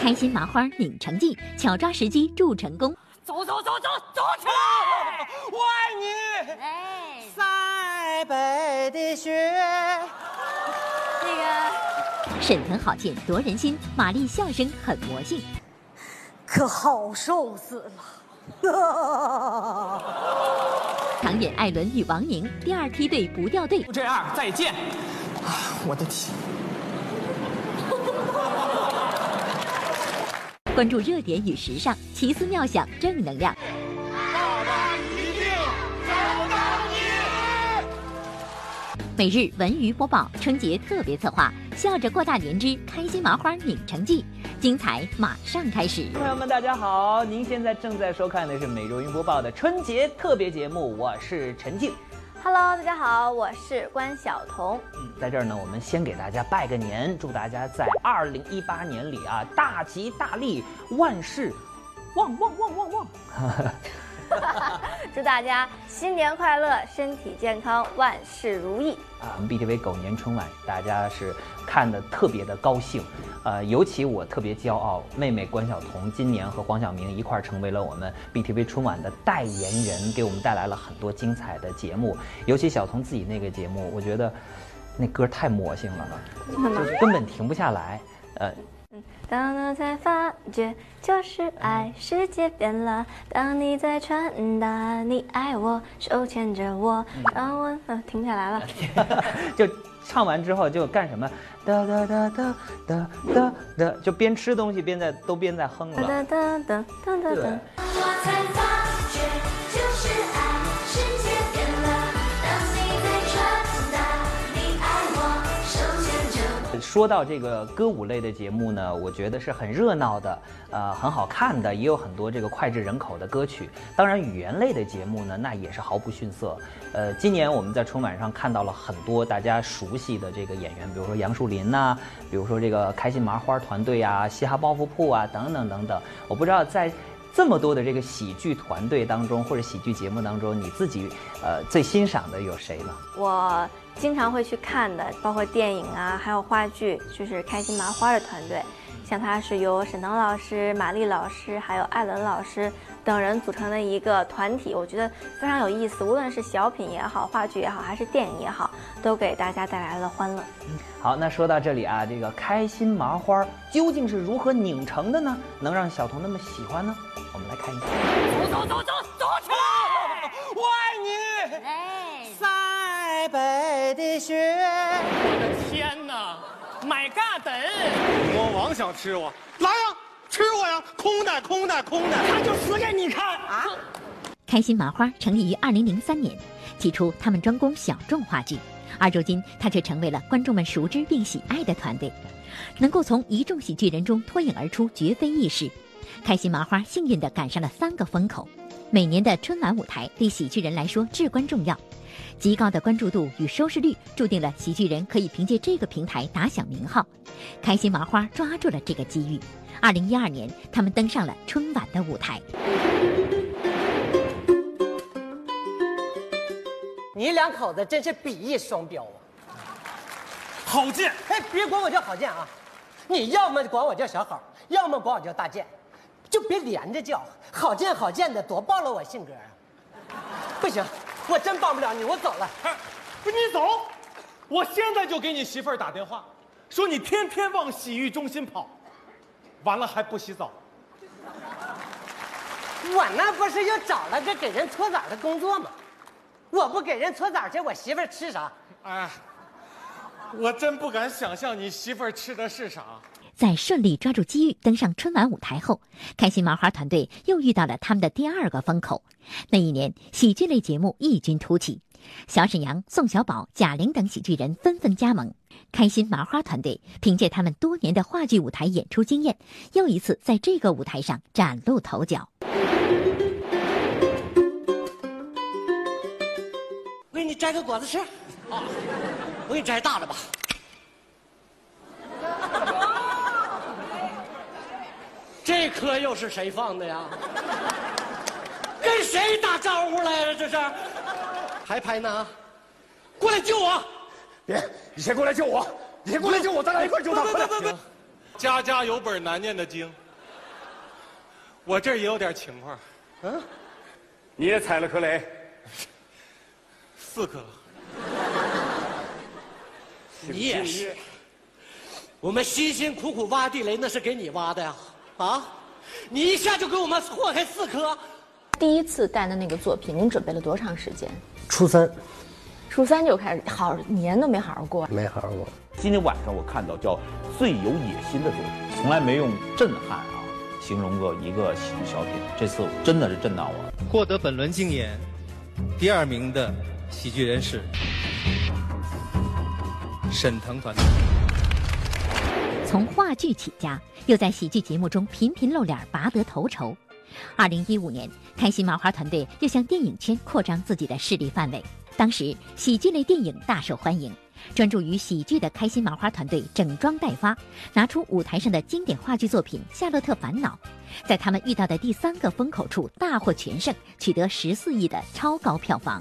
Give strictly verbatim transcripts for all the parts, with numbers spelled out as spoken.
开心麻花拧成绩，巧抓时机助成功。 走走走走走起来！我爱你。哎，塞北的雪。 那个沈腾好剑夺人心，马丽笑声很魔性， 可好受死了。 常演艾伦与王宁，第二梯队不掉队。 就这样，再见。啊，我的天！ 关注热点与时尚，奇思妙想正能量。 爸爸一定找到你。 每日文娱播报春节特别策划，笑着过大年之开心麻花拧成绩，精彩马上开始。 朋友们，大家好，您现在正在收看的是每日文娱播报的春节特别节目，我是陈静。 Hello， 大家好，我是关晓彤。 嗯，在这儿呢，我们先给大家拜个年，祝大家在二零一八年里啊，大吉大利，万事旺旺旺旺旺。 祝大家新年快乐，身体健康，万事如意。 啊，我们 B T V 狗年春晚，大家是看得特别的高兴，呃，尤其我特别骄傲，妹妹关晓彤今年和黄晓明一块儿成为了我们 B T V 春晚的代言人，给我们带来了很多精彩的节目。尤其晓彤自己那个节目，我觉得那歌太魔性了，就是根本停不下来，呃。 当我才发觉就是爱，世界变了。当你在传达你爱我，手牵着我，当我、呃、停不下来了。 就唱完之后就干什么？哒哒哒哒哒哒哒，就边吃东西边在都边在哼了。 哒哒哒哒哒哒。 我才发觉就是爱，世界变了。当你在传达你爱我，手牵着我。 说到这个歌舞类的节目呢，我觉得是很热闹的，呃，很好看的，也有很多这个脍炙人口的歌曲。当然，语言类的节目呢，那也是毫不逊色。呃，今年我们在春晚上看到了很多大家熟悉的这个演员，比如说杨树林呐、啊，比如说这个开心麻花团队啊、嘻哈包袱铺啊，等等等等。我不知道在这么多的这个喜剧团队当中，或者喜剧节目当中，你自己呃最欣赏的有谁呢？ 我经常会去看的，包括电影啊，还有话剧，就是开心麻花的团队。像它是由沈腾老师、马丽老师还有艾伦老师等人组成的一个团体，我觉得非常有意思。无论是小品也好，话剧也好，还是电影也好，都给大家带来了欢乐。 嗯，好，那说到这里啊，这个开心麻花究竟是如何拧成的呢？能让小童那么喜欢呢？我们来看一看。 走走走走走起来！我爱你。哎，塞北的雪。 我的天哪！买嘎等， 我王想吃我，来呀，吃我呀！空的，空的，空的， 他就死给你看啊！ 开心麻花成立于二零零三年，起初他们专攻小众话剧，而如今它却成为了观众们熟知并喜爱的团队，能够从一众喜剧人中脱颖而出，绝非易事。开心麻花幸运地赶上了三个风口，每年的春晚舞台对喜剧人来说至关重要。极高的关注度与收视率注定了喜剧人可以凭借这个平台打响名号。开心麻花抓住了这个机遇，二零一二年他们登上了春晚的舞台。 你两口子真是比翼双标啊！ 郝建， 哎，别管我叫郝建啊，你要么管我叫小郝，要么管我叫大建，就别连着叫，郝建郝建的多暴露我性格啊！不行。我真帮不了你，我走了。 哎，不是你走，我现在就给你媳妇儿打电话，说你天天往洗浴中心跑，完了还不洗澡。 我那不是又找了个给人搓澡的工作吗？我不给人搓澡去，我媳妇儿吃啥？ 哎，我真不敢想象你媳妇儿吃的是啥。 在顺利抓住机遇登上春晚舞台后，开心麻花团队又遇到了他们的第二个风口。那一年，喜剧类节目异军突起，小沈阳、宋小宝、贾玲等喜剧人纷纷加盟。开心麻花团队凭借他们多年的话剧舞台演出经验，又一次在这个舞台上崭露头角。 我给你摘个果子吃。啊，我给你摘大的吧。 这颗又是谁放的呀？跟谁打招呼来了？这是？还拍呢？过来救我！ 别，你先过来救我，你先过来救我，咱俩一块救他。 行， 家家有本难念的经。我这儿也有点情况。 嗯，你也踩了颗雷， 四颗。 你也是。我们辛辛苦苦挖地雷，那是给你挖的呀！啊，你一下就给我们祸害四颗。 第一次带的那个作品，您准备了多长时间？ 初三， 初三就开始，好年都没好好过， 没好好过。 今天晚上我看到叫最有野心的作品，从来没用震撼啊形容过一个喜剧小品，这次真的是震到我。 获得本轮竞演第二名的喜剧人是沈腾团队。 从话剧起家，又在喜剧节目中频频露脸，拔得头筹。二零一五年，开心麻花团队又向电影圈扩张自己的势力范围。当时，喜剧类电影大受欢迎，专注于喜剧的开心麻花团队整装待发，拿出舞台上的经典话剧作品《夏洛特烦恼》，在他们遇到的第三个风口处大获全胜，取得十四亿的超高票房。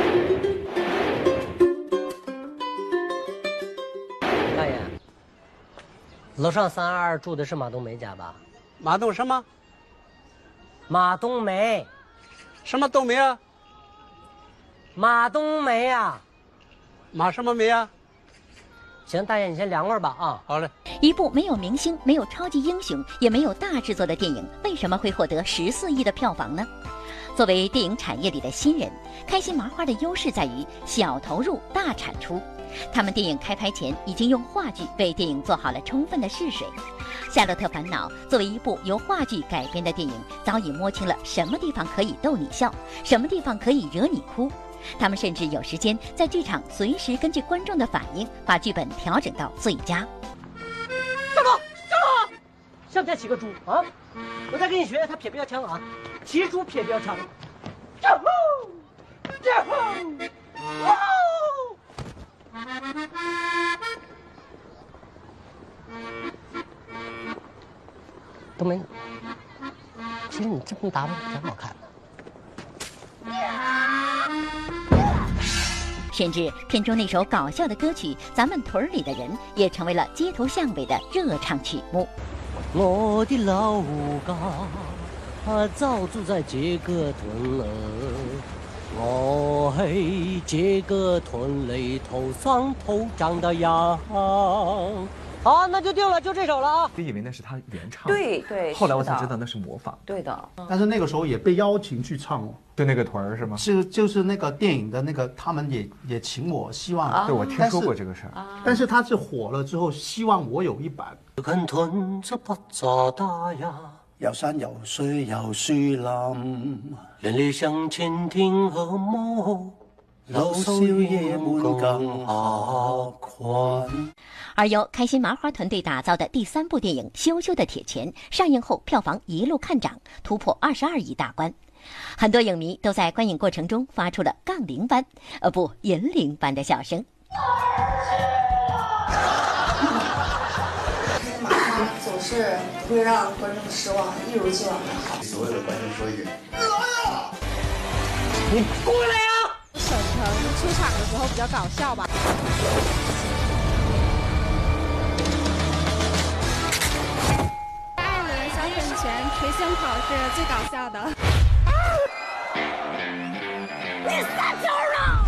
大爷，楼上三二二住的是马冬梅家吧？ 马冬什么？ 马冬梅。 什么冬梅啊？ 马冬梅啊。 马什么梅啊？ 行，大爷你先凉快吧啊。 好嘞。 一部没有明星、没有超级英雄、也没有大制作的电影，为什么会获得十四亿的票房呢？作为电影产业里的新人，开心麻花的优势在于小投入大产出。他们电影开拍前已经用话剧为电影做好了充分的试水。《夏洛特烦恼》作为一部由话剧改编的电影，早已摸清了什么地方可以逗你笑，什么地方可以惹你哭。他们甚至有时间在剧场随时根据观众的反应，把剧本调整到最佳。 站住！站住！像不像骑个猪啊？我再给你学学他撇标枪啊，骑猪撇标枪。站住！站住！哇！冬梅，其实你这么打扮挺好看的。 甚至片中那首搞笑的歌曲《咱们屯里的人》也成为了街头巷尾的热唱曲目。 我的老家早住在這個屯了，我係這個屯裏頭上頭長的羊。好，那就定了，就这首了啊！ 就以为那是他原唱， 对对。 后来我才知道那是模仿。 对的， 但是那个时候也被邀请去唱哦， 就那个团儿是吗？ 是就是那个电影的那个，他们也也请我，希望。 啊、对，我听说过这个事儿。 但, 但是他是火了之后，希望我有一版。 跟屯子不咋大呀， 有山有水有樹林， 鄰里鄉親聽和睦。老少爺們更下困。 而由开心麻花团队打造的第三部电影《羞羞的铁拳》上映后，票房一路看涨，突破二十二亿大关。很多影迷都在观影过程中发出了杠铃般，呃不，银铃般的笑声。 马上总是不会让观众失望，一如既往的好。 所有的观众说一句：“ 来呀！你过来呀！” 沈腾出场的时候比较搞笑吧。艾伦小粉拳捶胸口是最搞笑的。 你撒球了！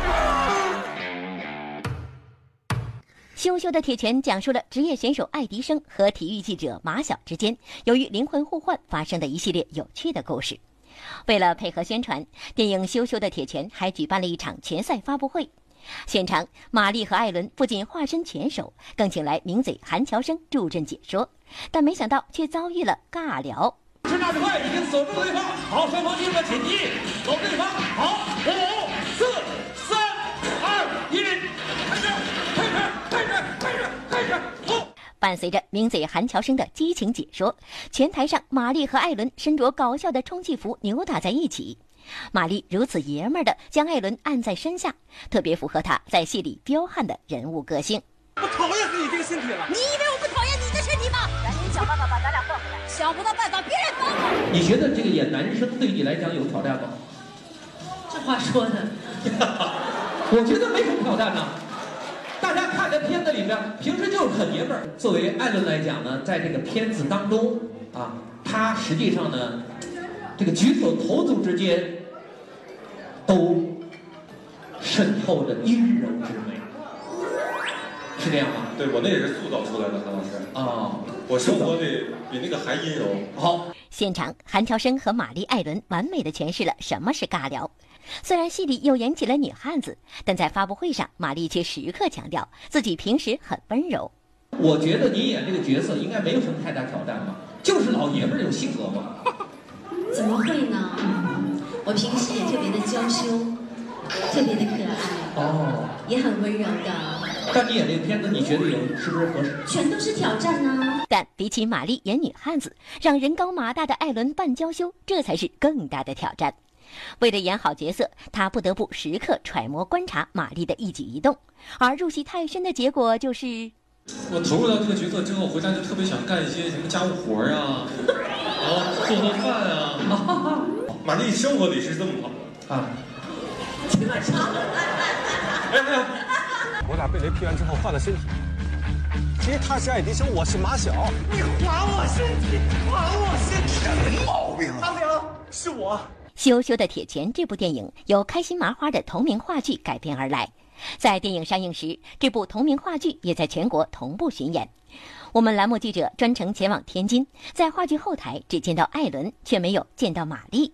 羞羞的铁拳讲述了职业选手爱迪生和体育记者马晓之间由于灵魂互换发生的一系列有趣的故事。为了配合宣传，电影《羞羞的铁拳》还举办了一场拳赛发布会。现场，马丽和艾伦不仅化身拳手，更请来名嘴韩乔生助阵解说，但没想到却遭遇了尬聊。 吃大块已经锁住对方，好，双方进入了紧急，守对方，好，五、四、三、二、一，开始，开始，开始，开始，开始，五。 伴随着名嘴韩乔生的激情解说，拳台上马丽和艾伦身着搞笑的充气服扭打在一起。马丽如此爷们儿的将艾伦按在身下，特别符合他在戏里彪悍的人物个性。 我讨厌死你这个身体了！ 你以为我不讨厌你的身体吗？赶紧想办法把咱俩换回来！想不到办法，别人帮我。 你觉得这个演男生对你来讲有挑战吗？ 这话说的， 我觉得没什么挑战呢。大家看着在片子里边平时就是很爷们儿。作为艾伦来讲呢，在这个片子当中啊，他实际上呢，这个举手投足之间都渗透着阴柔之美，是这样吗？ 对，我那也是塑造出来的，韩老师。 哦， 我生活的比那个还阴柔。 好， 现场，韩乔生和玛丽·艾伦完美的诠释了什么是尬聊。虽然戏里又演起了女汉子，但在发布会上，玛丽却时刻强调自己平时很温柔。 我觉得你演这个角色应该没有什么太大挑战吧，就是老爷们儿这种性格嘛。 怎么会呢？我平时也特别的娇羞，特别的可爱， 哦， 也很温柔的。 但你演这个片子，你觉得有是不是合适？ 全都是挑战呢、啊。 但比起玛丽演女汉子，让人高马大的艾伦扮娇羞，这才是更大的挑战。为了演好角色，他不得不时刻揣摩观察玛丽的一举一动，而入戏太深的结果就是， 我投入到这个角色之后，回家就特别想干一些什么家务活呀、啊，然后做做饭啊。玛丽生活里是这么好的啊。 这么长。 哎哎， 我俩被雷劈完之后换了身体，其实他是爱迪生，我是马小。 你还我身体，还我身体， 没毛病啊！ 阿良，是我。 《羞羞的铁拳》这部电影由开心麻花的同名话剧改编而来，在电影上映时，这部同名话剧也在全国同步巡演。我们栏目记者专程前往天津，在话剧后台只见到艾伦，却没有见到玛丽。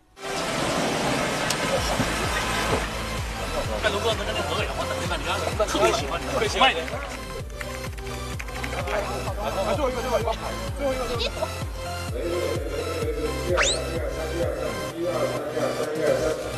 艾伦哥跟那个合影，我等你半天，特别喜欢，特别喜欢。慢一点。来，最后一个，最后一个，最后一个，最后一个。一二三，一二三，一二三，一二三，一二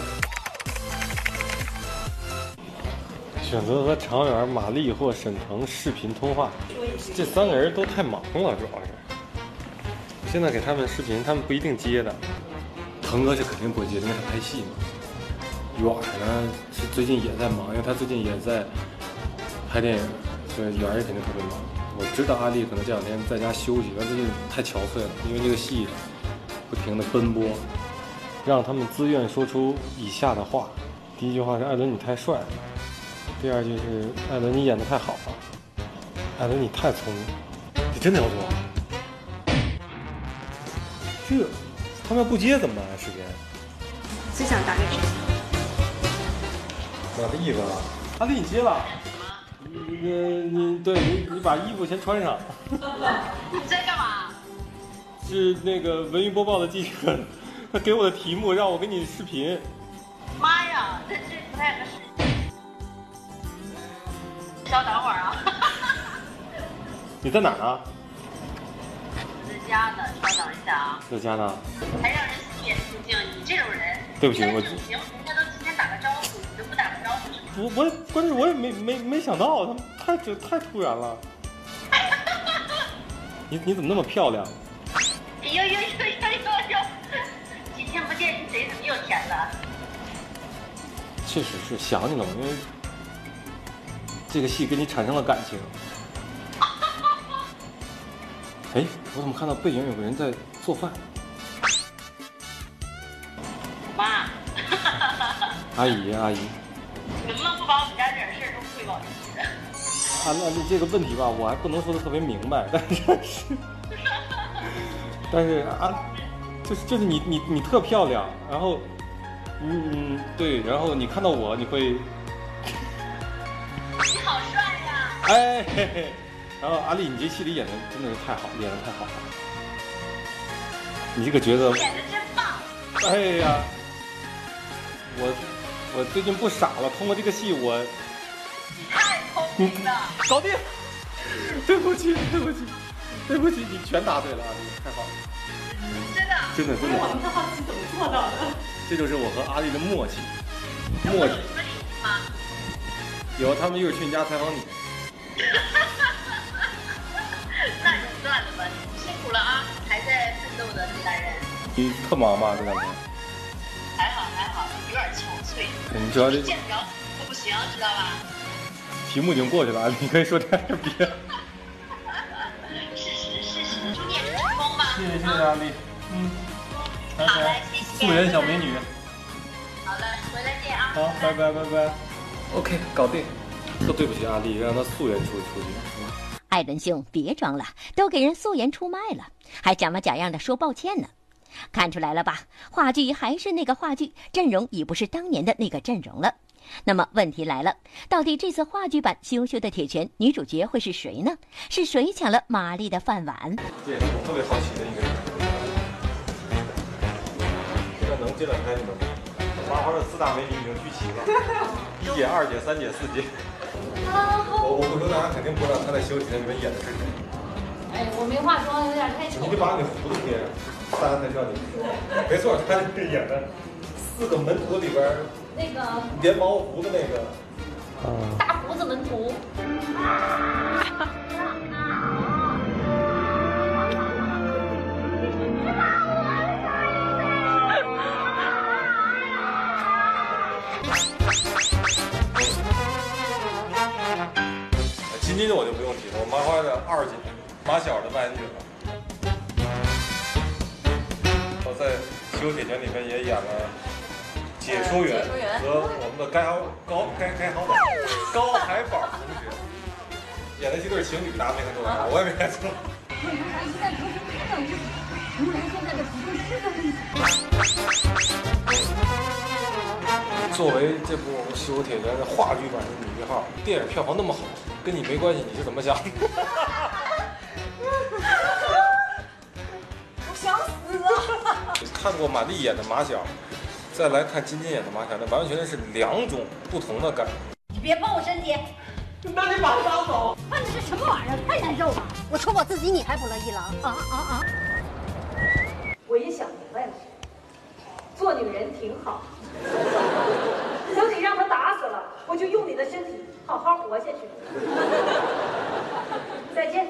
三。选择和常远、马丽或沈腾视频通话，这三个人都太忙了，主要是。现在给他们视频，他们不一定接的。腾哥是肯定不会接，因为他拍戏嘛。远呢是最近也在忙，因为他最近也在拍电影，所以远也肯定特别忙。我知道阿丽可能这两天在家休息，但最近太憔悴了，因为这个戏不停的奔波，让他们自愿说出以下的话。第一句话是艾伦你太帅了，第二句是艾伦你演得太好了，艾伦你太聪明，你真的要做？这他们不接怎么办？时间只想打给谁？ 玛丽吧，阿丽你接了。你你对你你把衣服先穿上。 你在干嘛？ 是那个文娱播报的记者，他给我的题目让我给你视频。 妈呀，这这不太合适。稍等会儿啊。 你在哪儿啊？ 在家呢，稍等一下啊。 在家呢。 还让人心眼出镜，你这种人。 对不起，我。 行，人家都提前打个招呼，你都不打个招呼是吗？ 我我关键我也没没没想到，他们太这太突然了。你你怎么那么漂亮？ 呦呦呦呦呦呦！几天不见，你嘴怎么又甜了？ 确实是想你了，因为这个戏跟你产生了感情。哎，我怎么看到背影有个人在做饭？ 妈。 阿姨，阿姨。 能不能不把我们家这点事儿都汇报进去？ 啊，那这个问题吧，我还不能说的特别明白，但是是，但是啊，就是就是你你你特漂亮，然后，嗯嗯对，然后你看到我你会， 你好帅呀！ 哎嘿嘿，然后阿丽，你这戏里演的真的是太好，演的太好了，你这个角色演的真棒！ 哎呀，我我最近不傻了，通过这个戏我。 太聪明了， 搞定！对不起，对不起，对不起，你全答对了，阿丽，太好了！ 真的， 真的，真的。 我们的好奇怎么做到的？ 这就是我和阿丽的默契，默契。 有什么礼仪吗？ 有，他们一会儿去你家采访你。 那就算了吧，辛苦了啊，还在奋斗的这男人。 你特忙吗？这两天？ 还好还好，有点憔悴。 你主要是见不着都不行，知道吧？ 题目已经过去了，你可以说点别的。 事实事实，祝你成功吧！ 谢谢谢谢阿丽，嗯， 好嘞，谢谢。 素颜小美女。 好了，回来见啊！ 好，拜拜拜拜。OK， 搞定。 特对不起阿丽，让她素颜出出去。 艾伦兄，别装了，都给人素颜出卖了，还假模假样的说抱歉呢。看出来了吧？话剧还是那个话剧，阵容已不是当年的那个阵容了。那么问题来了，到底这次话剧版《羞羞的铁拳》女主角会是谁呢？是谁抢了玛丽的饭碗？ 这也是我特别好奇的一个人。现在能进来拍你们吗？麻花的四大美女已经聚齐了，一姐、二姐、三姐、四姐。我我回头大家肯定不知道她在《羞耻》里面演的是谁。 哎，我没化妆，有点太丑。 你得把你胡子贴上，大家才知道你是谁。没错，她是演的四个门徒里边那个连毛胡的那个。 大胡子门徒。 金金我就不用提了，我麻花的二姐，马小的扮演者。我在《羞铁拳》里面也演了解说员和我们的该好高该该好宝高海宝同学，演的是一对情侣，大家没看出来，我也没看出来。作为这部《羞铁拳》的话剧版的女一号，电影票房那么好，跟你没关系，你是怎么想的？ 我想死啊！ 看过马丽演的马小，再来看金金演的马小，那完完全全是两种不同的感觉。 你别碰我身体， 那你把他走。 看的是什么玩意儿？太难受了！我说我自己，你还不乐意了？啊啊啊！ 我也想明白了，做女人挺好。等你让他打死了，我就用你的身体好好活下去。再见。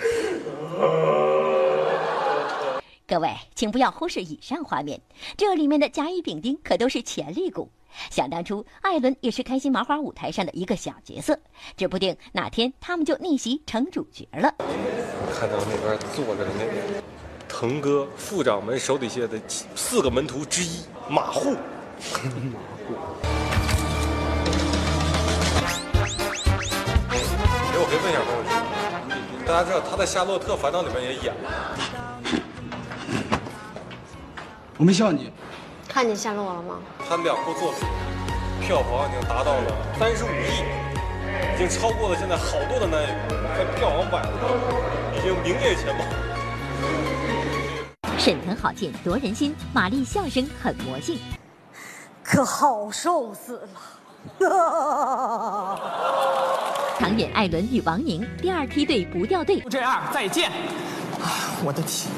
各位，请不要忽视以上画面，这里面的甲乙丙丁可都是潜力股。想当初，艾伦也是开心麻花舞台上的一个小角色，指不定哪天他们就逆袭成主角了。 看到那边坐着的那个腾哥副掌门手底下的四个门徒之一马户。马户。哎，我可以问一下朋友圈，大家知道他在《夏洛特烦恼》里面也演了。 我没笑你。 看见夏洛了吗？ 他两部作品票房已经达到了三十五亿，已经超过了现在好多的男演员，在票房榜已经名列前茅。 沈腾好剑夺人心，马丽笑声很魔性， 可好受死了。 常演艾伦与王宁，第二梯队不掉队。 这样，再见。我的天！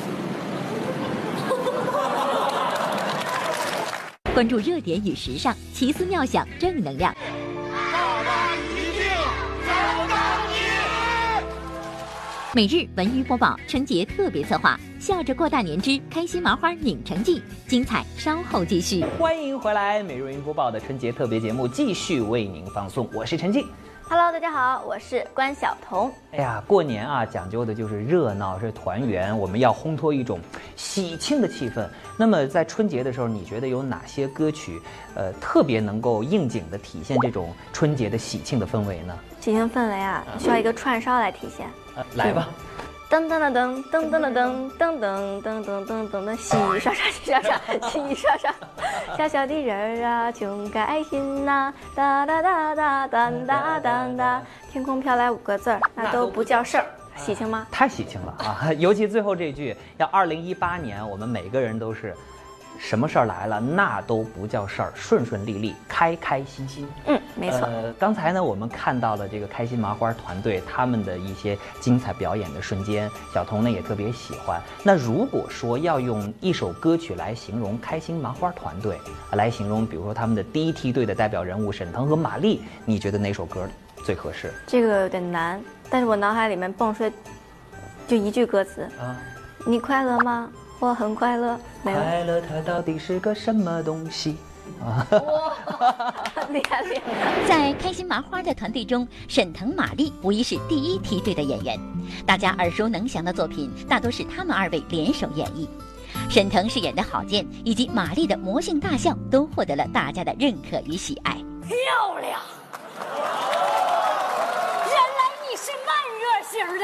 关注热点与时尚，奇思妙想正能量。 爸爸一定找到你。 每日文娱播报春节特别策划，笑着过大年之开心麻花拧成记，精彩稍后继续。 欢迎回来，每日文娱播报的春节特别节目继续为您放送，我是陈静。 Hello， 大家好，我是关晓彤。 哎呀，过年啊，讲究的就是热闹，是团圆，我们要烘托一种喜庆的气氛。那么在春节的时候，你觉得有哪些歌曲，呃，特别能够应景的体现这种春节的喜庆的氛围呢？ 喜庆氛围啊，需要一个串烧来体现。 呃，来吧。 噔噔噔噔噔噔噔噔噔噔噔噔噔噔噔，洗刷刷洗刷刷洗刷刷，小小的人儿啊，穷开心呐，哒哒哒哒哒哒哒哒，天空飘来五个字儿，那都不叫事儿，喜庆吗？ 太喜庆了啊！尤其最后这句，要二零一八年，我们每个人都是。什么事儿来了，那都不叫事儿，顺顺利利，开开心心。 嗯，没错。 呃，刚才呢，我们看到了这个开心麻花团队他们的一些精彩表演的瞬间，小童呢也特别喜欢。那如果说要用一首歌曲来形容开心麻花团队，来形容，比如说他们的第一梯队的代表人物沈腾和马丽，你觉得哪首歌最合适？ 这个有点难，但是我脑海里面蹦出来就一句歌词啊，你快乐吗？我很快乐，没有。 快乐它到底是个什么东西？啊， 哇，厉害厉害！ 在开心麻花的团队中，沈腾、马丽无疑是第一梯队的演员。大家耳熟能详的作品，大多是他们二位联手演绎。沈腾饰演的郝建，以及马丽的魔性大笑，都获得了大家的认可与喜爱。 漂亮！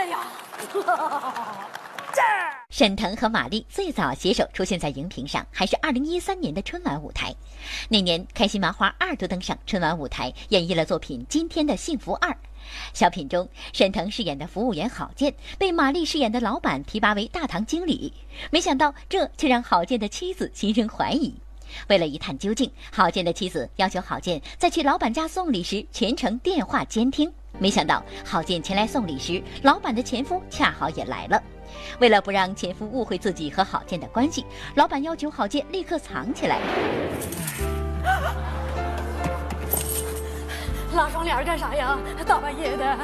呀！ 这儿。沈腾和马丽最早携手出现在荧屏上，还是二零一三年的春晚舞台。那年，开心麻花二度登上春晚舞台，演绎了作品《今天的幸福二》。小品中，沈腾饰演的服务员郝建被马丽饰演的老板提拔为大堂经理，没想到这却让郝建的妻子心生怀疑。为了一探究竟，郝建的妻子要求郝建在去老板家送礼时全程电话监听。没想到郝建前来送礼时，老板的前夫恰好也来了。为了不让前夫误会自己和郝建的关系，老板要求郝建立刻藏起来。 拉双脸干啥呀？大半夜的。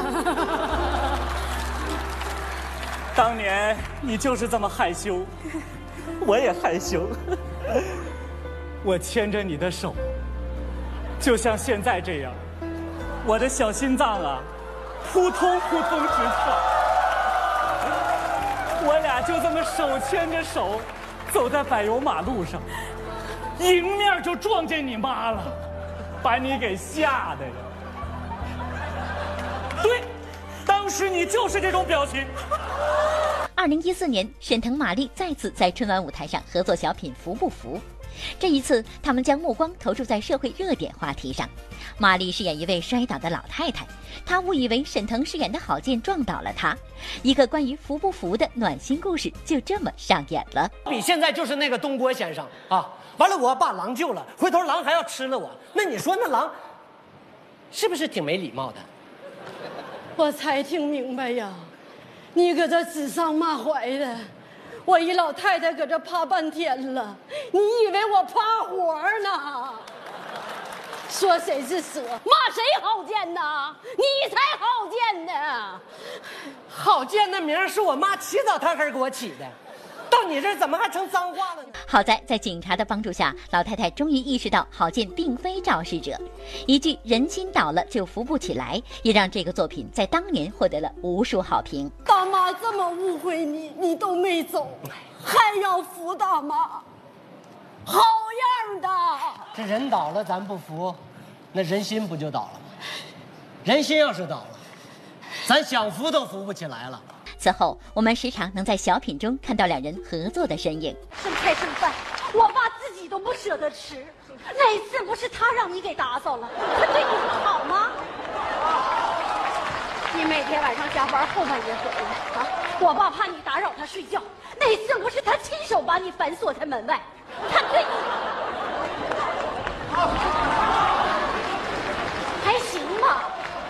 当年你就是这么害羞，我也害羞。我牵着你的手，就像现在这样，我的小心脏啊，扑通扑通直跳。我俩就这么手牵着手，走在柏油马路上，迎面就撞见你妈了，把你给吓的呀！对，当时你就是这种表情。 二零一四年，沈腾、马丽再次在春晚舞台上合作小品《服不服》。这一次，他们将目光投注在社会热点话题上。马丽饰演一位摔倒的老太太，她误以为沈腾饰演的郝建撞倒了她，一个关于服不服的暖心故事就这么上演了。 你现在就是那个东郭先生啊！完了，我把狼救了，回头狼还要吃了我，那你说那狼是不是挺没礼貌的？ 我才听明白呀，你搁这指桑骂槐的。我一老太太搁这趴半天了，你以为我趴活呢？说谁是蛇，骂谁郝建呢？你才郝建呢！ 郝建那名是我妈起早贪黑给我起的，到你这儿怎么还成脏话了呢？ 好在在警察的帮助下，老太太终于意识到郝建并非肇事者。一句“人心倒了就扶不起来”，也让这个作品在当年获得了无数好评。 大妈这么误会你，你都没走，还要扶大妈，好样的！ 这人倒了咱不扶，那人心不就倒了吗？人心要是倒了，咱想扶都扶不起来了。 此后，我们时常能在小品中看到两人合作的身影。 剩菜剩饭，我爸自己都不舍得吃。那次不是他让你给打扫了，他对你不好吗？你每天晚上加班后半夜回来啊，我爸怕你打扰他睡觉，那次不是他亲手把你反锁在门外，他对你还行吧？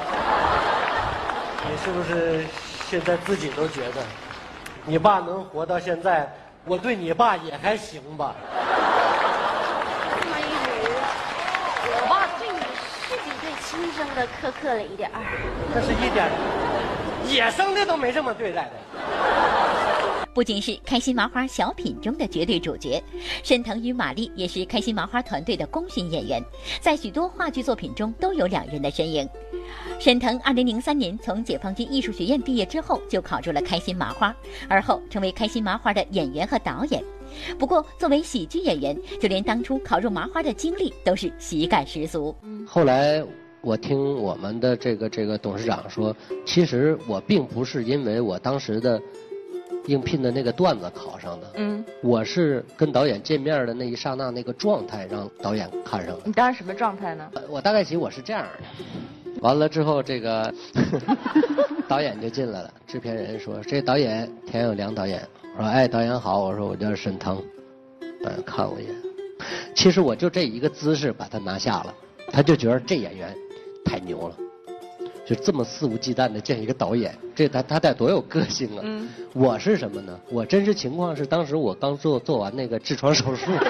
你是不是现在自己都觉得，你爸能活到现在，我对你爸也还行吧？ 这么一回，我爸对你是比对亲生的苛刻了一点儿。 那是一点野生的都没这么对待的。 不仅是开心麻花小品中的绝对主角，沈腾与马丽也是开心麻花团队的功勋演员，在许多话剧作品中都有两人的身影。沈腾二零零三年从解放军艺术学院毕业之后，就考入了开心麻花，而后成为开心麻花的演员和导演。不过，作为喜剧演员，就连当初考入麻花的经历都是喜感十足。 后来我听我们的这个这个董事长说，其实我并不是因为我当时的应聘的那个段子考上的，嗯，我是跟导演见面的那一刹那那个状态让导演看上了。 你当时什么状态呢？ 我大概其我是这样的，完了之后这个导演就进来了，制片人说这导演田有良导演，我说哎导演好，我说我叫沈腾，导演看我一眼，其实我就这一个姿势把他拿下了，他就觉得这演员太牛了。就这么肆无忌惮的见一个导演，这他他得多有个性啊！嗯，我是什么呢？我真实情况是，当时我刚做做完那个痔疮手术，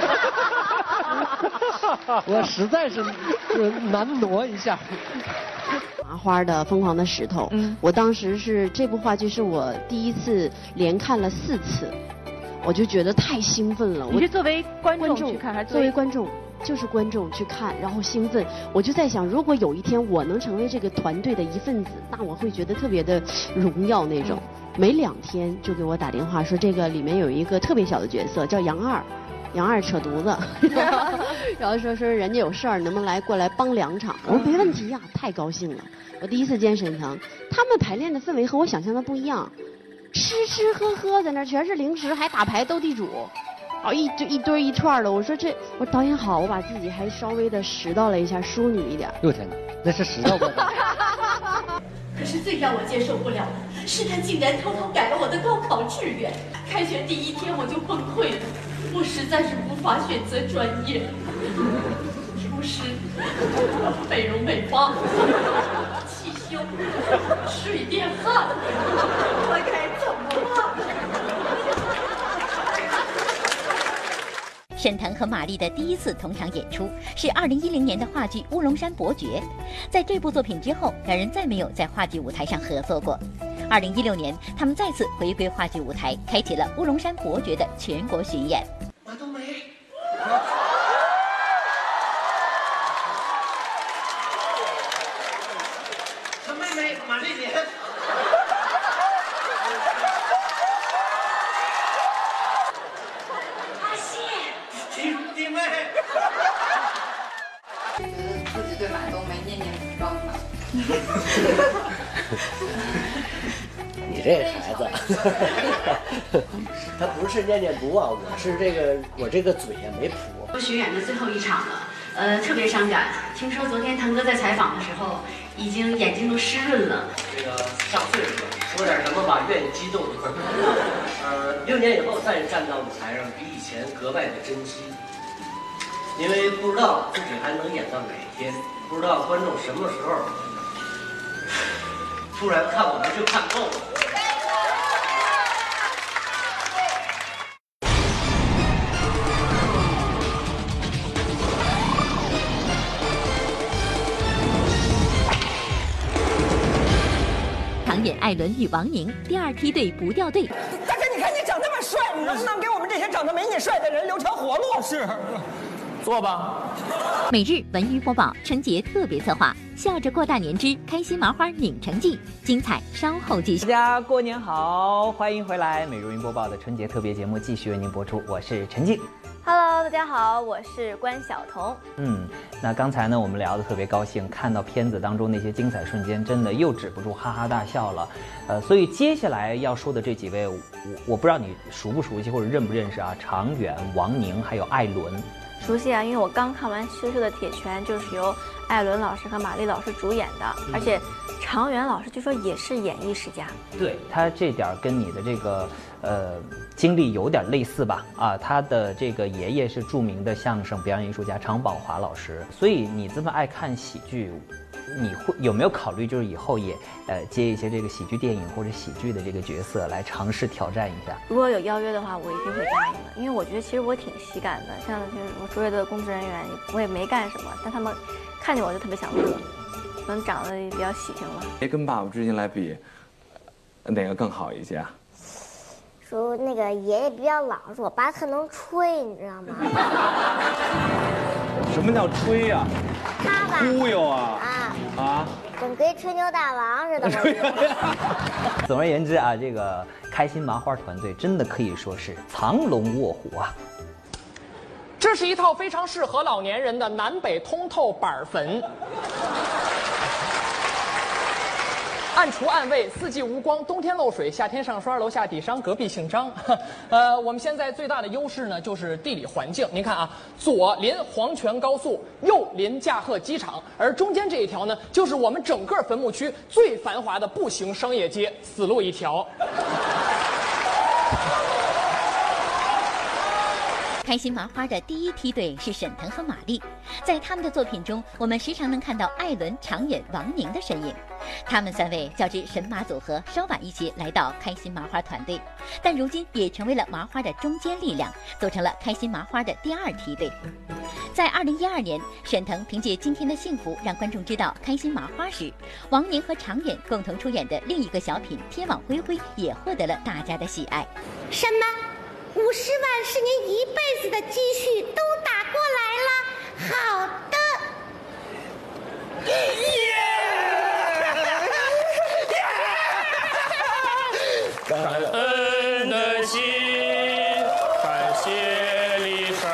我实在是难挪一下。 麻花的《疯狂的石头》，嗯，我当时是这部话剧是我第一次连看了四次，我就觉得太兴奋了。 你是作为观众去看，还是作为观众？就是观众去看，然后兴奋。我就在想，如果有一天我能成为这个团队的一份子，那我会觉得特别的荣耀那种。没两天就给我打电话说，这个里面有一个特别小的角色叫杨二， 杨二扯犊子，然后说说人家有事儿，能不能来过来帮两场？我说没问题呀，太高兴了。我第一次见沈腾，他们排练的氛围和我想象的不一样，吃吃喝喝在那全是零食，还打牌斗地主。哦，一就一堆一串的，我说这，我说导演好，我把自己还稍微的拾到了一下，淑女一点。 哟天哪，那是拾到过的。 可是最让我接受不了的是，他竟然偷偷改了我的高考志愿。开学第一天我就崩溃了，我实在是无法选择专业。厨师、美容美发、汽修、水电焊，我该怎么办？ 沈腾和马丽的第一次同场演出是二零一零年的话剧《乌龙山伯爵》。在这部作品之后，两人再没有在话剧舞台上合作过。二零一六年，他们再次回归话剧舞台，开启了《乌龙山伯爵》的全国巡演。 马冬梅，他妹妹马丽莲。弟妹， 自己对马冬梅念念不忘吧。 你这孩子，他不是念念不忘，我是这个我这个嘴也没谱。 巡演的最后一场了，呃，特别伤感。听说昨天腾哥在采访的时候，已经眼睛都湿润了。 这个上岁数了，说点什么吧，越激动。呃，六年以后再站到舞台上，比以前格外的珍惜。因为不知道自己还能演到哪一天，不知道观众什么时候突然看我们就看够了。 常演艾伦与王宁，第二梯队不掉队。 大哥，你看你长那么帅，你能不能给我们这些长得没你帅的人留条活路？是。坐吧。 每日文娱播报春节特别策划，笑着过大年之开心麻花拧成记，精彩稍后继续。 大家过年好，欢迎回来！每日文娱播报的春节特别节目继续为您播出，我是陈静。 Hello， 大家好，我是关晓彤。 嗯，那刚才呢，我们聊得特别高兴，看到片子当中那些精彩瞬间，真的又止不住哈哈大笑了。呃，所以接下来要说的这几位，我我不知道你熟不熟悉或者认不认识啊？常远、王宁还有艾伦。 熟悉啊，因为我刚看完《羞羞的铁拳》，就是由艾伦老师和马丽老师主演的，嗯、而且常远老师据说也是演艺世家。 对，他这点跟你的这个呃经历有点类似吧？啊，他的这个爷爷是著名的相声表演艺术家常宝华老师，所以你这么爱看喜剧，你会有没有考虑就是以后也呃接一些这个喜剧电影或者喜剧的这个角色来尝试挑战一下？ 如果有邀约的话，我一定会答应的，因为我觉得其实我挺喜感的，像就是我周围的工作人员，我也没干什么，但他们看见我就特别想乐，可能长得比较喜庆吧。 哎，跟爸爸之间来比，哪个更好一些啊？ 说那个爷爷比较老实，我爸特能吹，你知道吗？ 什么叫吹呀、啊？ 他吧， 忽悠啊！ 啊啊！ 跟跟吹牛大王似的。 总而言之啊，这个开心麻花团队真的可以说是藏龙卧虎啊。 这是一套非常适合老年人的南北通透板粉。暗厨暗卫，四季无光，冬天漏水，夏天上霜，楼下底商，隔壁姓张。呃，我们现在最大的优势呢，就是地理环境。您看啊，左临黄泉高速，右临驾鹤机场，而中间这一条呢，就是我们整个坟墓区最繁华的步行商业街，死路一条。 开心麻花的第一梯队是沈腾和马丽，在他们的作品中，我们时常能看到艾伦、常远、王宁的身影。他们三位较之神马组合稍晚一些来到开心麻花团队，但如今也成为了麻花的中坚力量，组成了开心麻花的第二梯队。在二零一二年，沈腾凭借《今天的幸福》让观众知道开心麻花时，王宁和常远共同出演的另一个小品《天网恢恢》也获得了大家的喜爱。 什么？五十万是您一辈子的积蓄都打过来了。好的。 感恩的心，感谢李婶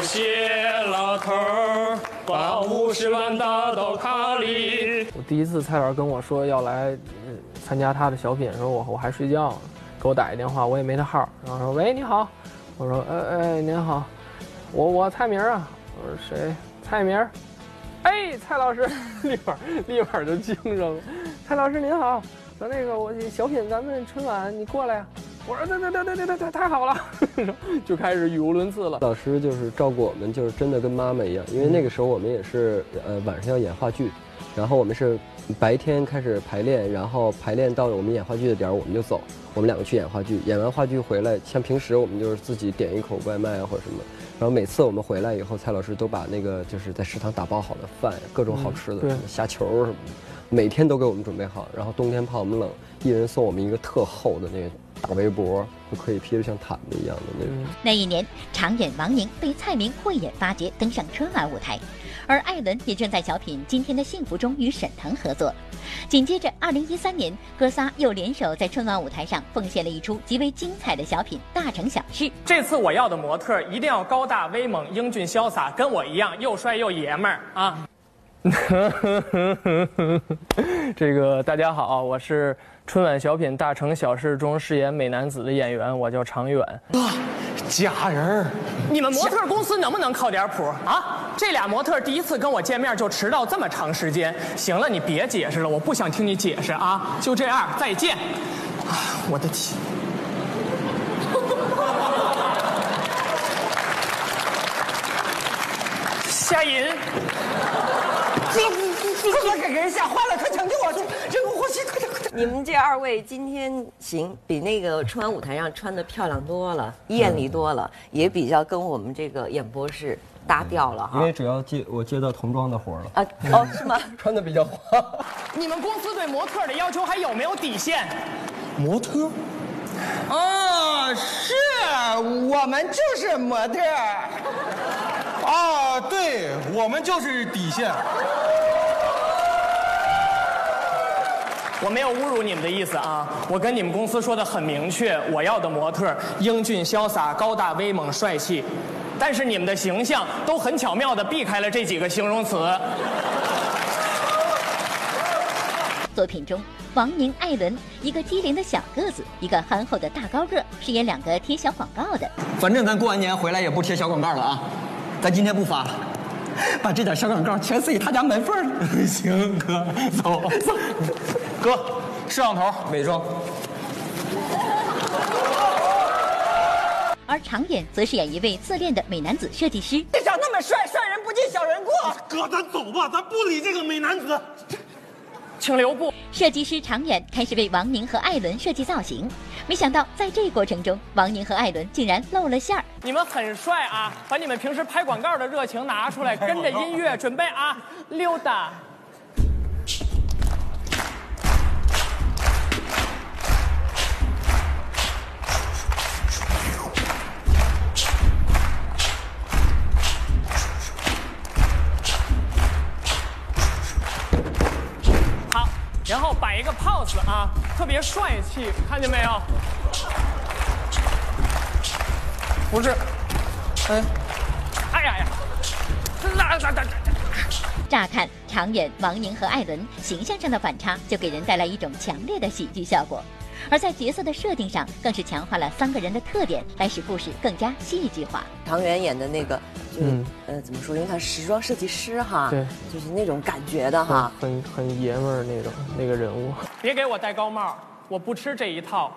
谢老头儿，把五十万打到卡里。 我第一次蔡老师跟我说要来、呃、参加他的小品的时候，我我还睡觉呢，给我打一电话，我也没他号，然后说喂你好，我说哎哎您好，我我蔡明啊，我说谁？蔡明，哎蔡老师，立马立马就精神了，蔡老师您好，说那个我小品咱们春晚你过来呀。我说对对对对对对对，太好了，就开始语无伦次了。 老师就是照顾我们，就是真的跟妈妈一样，因为那个时候我们也是呃晚上要演话剧，然后我们是白天开始排练，然后排练到我们演话剧的点儿我们就走，我们两个去演话剧，演完话剧回来，像平时我们就是自己点一口外卖啊或者什么，然后每次我们回来以后，蔡老师都把那个就是在食堂打包好的饭，各种好吃的， 嗯、 什么虾球什么的，每天都给我们准备好，然后冬天怕我们冷，一人送我们一个特厚的那个。大围脖就可以披得像毯子一样的那种。 那一年，常演王宁被蔡明慧眼发掘，登上春晚舞台，而艾伦也正在小品《今天的幸福》中与沈腾合作。紧接着，二零一三年，哥仨又联手在春晚舞台上奉献了一出极为精彩的小品《大城小事》。 这次我要的模特一定要高大威猛、英俊潇洒，跟我一样又帅又爷们儿啊！ 这个大家好，我是春晚小品《大城小事》中饰演美男子的演员，我叫常远。 啊，假人！你们模特公司能不能靠点谱啊？这俩模特第一次跟我见面就迟到这么长时间。行了，你别解释了，我不想听你解释啊！就这样，再见。啊，我的天！夏银。 这这这给人吓坏了，快抢救我！这个呼吸，快点快点！ 你们这二位今天行，比那个春晚舞台上穿的漂亮多了，艳丽多了，也比较跟我们这个演播室搭调了哈。 因为主要接我接到童装的活了啊哦是吗？ 穿的比较花。 你们公司对模特的要求还有没有底线？ 模特？哦，是我们就是模特。 啊，对，我们就是底线。 我没有侮辱你们的意思啊，我跟你们公司说的很明确，我要的模特英俊潇洒、高大威猛、帅气，但是你们的形象都很巧妙地避开了这几个形容词。 作品中，王宁、艾伦，一个机灵的小个子，一个憨厚的大高个，饰演两个贴小广告的。 反正咱过完年回来也不贴小广告了啊，咱今天不发了，把这点小广告全塞他家门缝里。行，哥，走走。 哥，摄像头， 伪装。 而常演则饰演一位自恋的美男子设计师。 你长那么帅，帅人不进小人过。 哥，咱走吧，咱不理这个美男子。 请留步。 设计师常远开始为王宁和艾伦设计造型，没想到在这过程中，王宁和艾伦竟然露了馅儿。 你们很帅啊，把你们平时拍广告的热情拿出来，跟着音乐准备啊，溜达。然后摆一个 pose 啊，特别帅气，看见没有？不是，哎，哎呀呀，啦啦啦！ 乍看常远、王宁和艾伦形象上的反差，就给人带来一种强烈的喜剧效果。而在角色的设定上，更是强化了三个人的特点，来使故事更加戏剧化。 常远演的那个，就、 嗯、 呃怎么说？因为他时装设计师哈， 对， 就是那种感觉的哈， 很很爷们儿那种那个人物。 别给我戴高帽，我不吃这一套。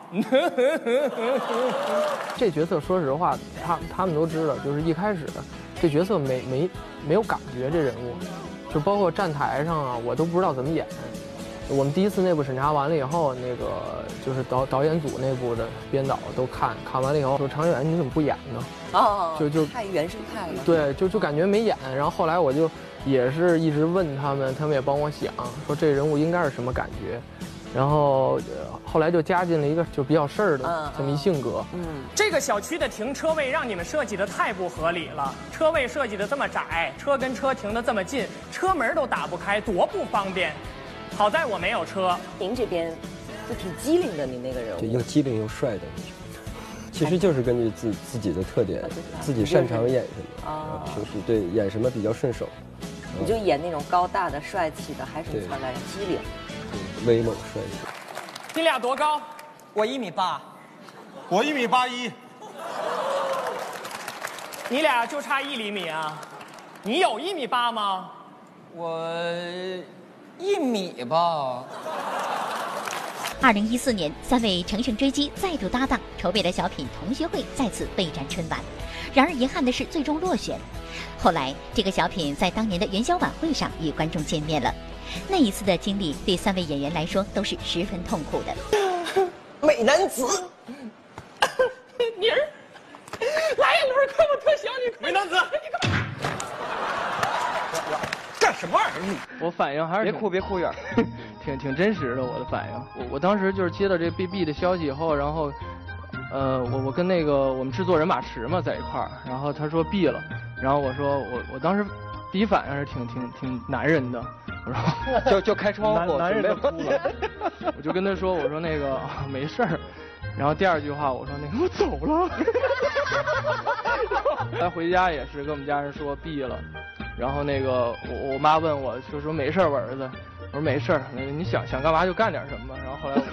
这角色说实话，他他们都知道，就是一开始这角色没没没有感觉，这人物，就包括站台上啊，我都不知道怎么演。我们第一次内部审查完了以后，那个就是导导演组内部的编导都看看完了以后说：“常远，你怎么不演呢？” 哦， 就就太原生态了。 对，就就感觉没演。然后后来我就也是一直问他们，他们也帮我想，说这人物应该是什么感觉。然后、呃、后来就加进了一个就比较事儿的这么一性格。 嗯，这个小区的停车位让你们设计的太不合理了，车位设计的这么窄，车跟车停的这么近，车门都打不开，多不方便。好在我没有车。 您这边就挺机灵的，您那个人物就又机灵又帅的。 其实就是根据自自己的特点，自己擅长演什么，啊，平时对演什么比较顺手， 你就演那种高大的、帅气的，还是你传来机灵、 威猛帅气。 你俩多高？ 我一米八， 我一米八一。 你俩就差一厘米啊？你有一米八吗？ 我一米吧。 二零一四年，三位乘胜追击再度搭档，筹备的小品《同学会》再次备战春晚。然而遗憾的是，最终落选。后来，这个小品在当年的元宵晚会上与观众见面了。那一次的经历对三位演员来说都是十分痛苦的。 美男子， 妮儿，来呀，轮儿，快我特想你！ 美男子， 你干嘛？ 干什么玩意儿你？ 我反应还是别哭别哭，远， 挺挺真实的。我的反应，我我当时就是接到这被毙的消息以后，然后，呃，我我跟那个我们制作人马驰嘛在一块儿，然后他说毙了，然后我说我我当时第一反应是挺挺挺男人的，我说就就开窗户， 男人都哭了，我就跟他说我说那个、啊、没事儿，然后第二句话我说那个我走了，他回家也是跟我们家人说毙了。然后那个我我妈问我就说没事我儿子，我说没事你想想干嘛就干点什么。然后后来